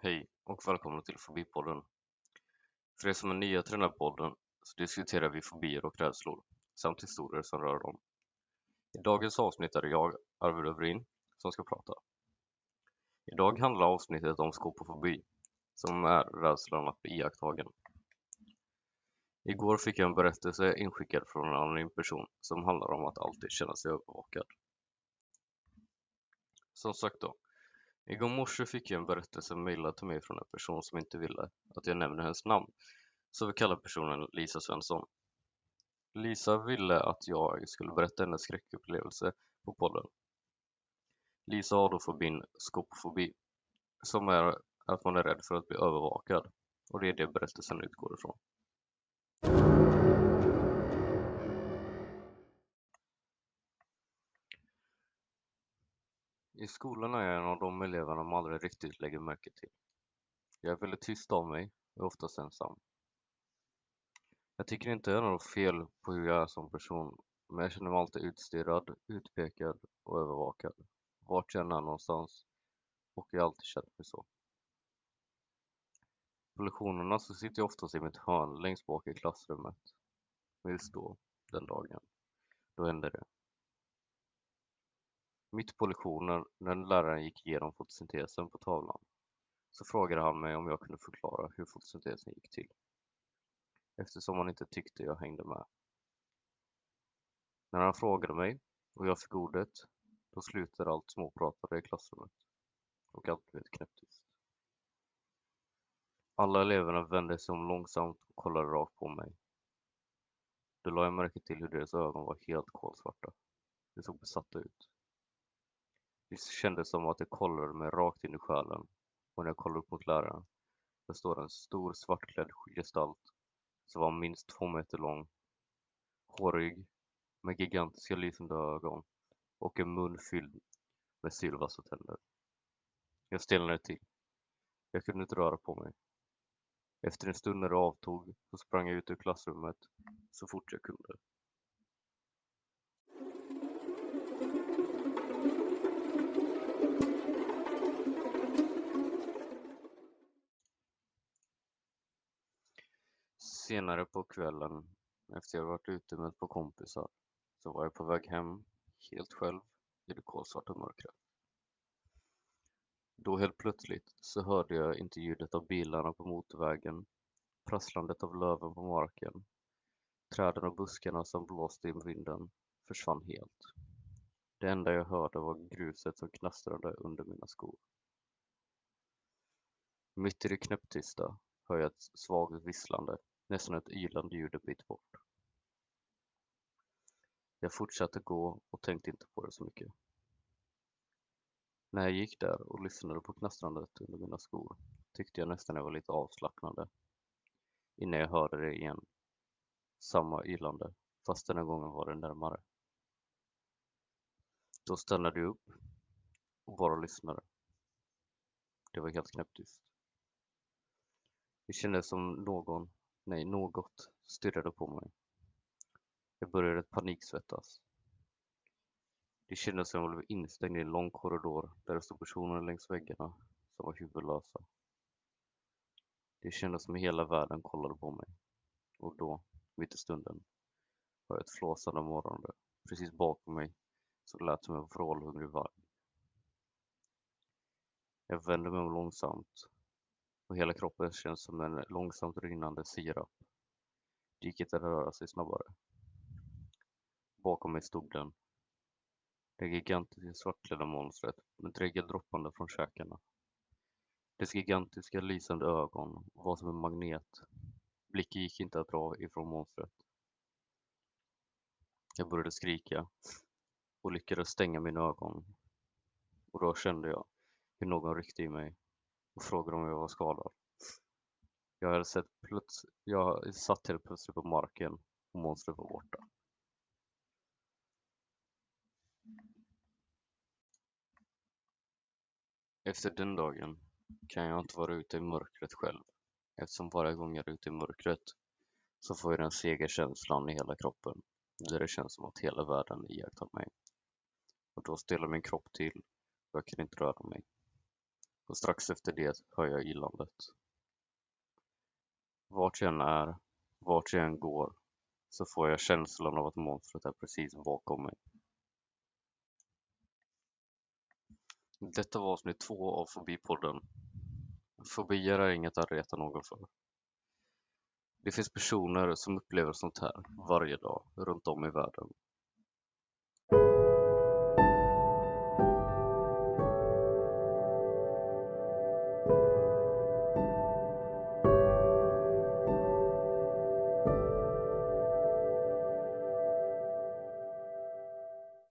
Hej och välkomna till Fobipodden. För er som är nya till den här podden så diskuterar vi fobier och rädslor samt historier som rör dem. I dagens avsnitt är det jag, Arvid Övrin, som ska prata. Idag handlar avsnittet om skopofobi, som är rädslan att bli iakttagen. Igår fick jag en berättelse inskickad från en anonym person som handlar om att alltid känna sig övervakad. Som sagt då, igår morse fick jag en berättelse mejlad till mig från en person som inte ville att jag nämner hennes namn, så vi kallar personen Lisa Svensson. Lisa ville att jag skulle berätta hennes skräckupplevelse på podden. Lisa har då fobin skopofobi, som är att man är rädd för att bli övervakad, och det är det berättelsen utgår ifrån. I skolan är jag en av de eleverna man aldrig riktigt lägger märke till. Jag är väldigt tyst av mig och oftast ensam. Jag tycker inte jag har något fel på hur jag är som person, men jag känner mig alltid utstirrad, utpekad och övervakad. Vart jag än är någonstans, och jag har alltid känt mig så. På lektionerna så sitter jag oftast i mitt hörn längst bak i klassrummet. Men just då, den dagen, då hände det. Mitt på lektionen, när läraren gick igenom fotosyntesen på tavlan, så frågade han mig om jag kunde förklara hur fotosyntesen gick till. Eftersom han inte tyckte jag hängde med. När han frågade mig och jag fick ordet, då slutade allt småpratade i klassrummet. Och allt blev knäpptyst. Alla eleverna vände sig om långsamt och kollade rakt på mig. Då la jag märke till hur deras ögon var helt kolsvarta. De såg besatta ut. Det kändes som att de kollade mig rakt in i själen, och när jag kollade upp mot läraren, där står en stor svartklädd gestalt som var minst 2 meter lång, hårig, med gigantiska lysande ögon och en mun fylld med sylvassa tänder. Jag stelnade till. Jag kunde inte röra på mig. Efter en stund när det avtog så sprang jag ut ur klassrummet så fort jag kunde. Senare på kvällen, efter jag varit ute med ett par kompisar, så var jag på väg hem, helt själv, i det kolsvarta mörkret. Då helt plötsligt så hörde jag inte ljudet av bilarna på motorvägen, prasslandet av löven på marken. Träden och buskarna som blåste i vinden försvann helt. Det enda jag hörde var gruset som knastrade under mina skor. Mitt i det knäpptysta hör jag ett svagt visslande, nästan ett ylande ljud en bit bort. Jag fortsatte gå och tänkte inte på det så mycket. När jag gick där och lyssnade på knastrandet under mina skor tyckte jag nästan det var lite avslappnande. Innan jag hörde det igen. Samma ylande, fast den här gången var det närmare. Då stannade jag upp och bara lyssnade. Det var helt knäpptyst. Det kändes som något stirrade på mig. Jag började paniksvettas. Det kändes som jag blev instängd i en lång korridor där det stod personer längs väggarna som var huvudlösa. Det kändes som hela världen kollade på mig. Och då, mitt i stunden, hör jag ett flåsande morrande. Precis bakom mig så lät som en vrålhungrig varg. Jag vände mig om långsamt och hela kroppen känns som en långsamt rinnande sirap. Det gick inte att röra sig snabbare. Bakom mig stod den. Det gigantiska svartklädda monstret med dregel droppande från käkarna. Dess gigantiska lysande ögon var som en magnet. Blicken gick inte att dra ifrån monstret. Jag började skrika och lyckades stänga mina ögon. Och då kände jag hur någon ryckte i mig och frågade om jag var skadad. Jag satt helt plötsligt på marken och monstret var borta. Efter den dagen kan jag inte vara ute i mörkret själv, eftersom varje gång jag är ute i mörkret så får jag den sega känslan i hela kroppen, där det känns som att hela världen iakttar mig. Och då ställer min kropp till och jag kan inte röra mig. och strax efter det hör jag illandet. Vart jag än är, vart jag än går, så får jag känslan av att monstret är precis bakom mig. Detta var avsnitt 2 av Fobipodden. Fobier är inget att reta någon för. Det finns personer som upplever sånt här varje dag runt om i världen.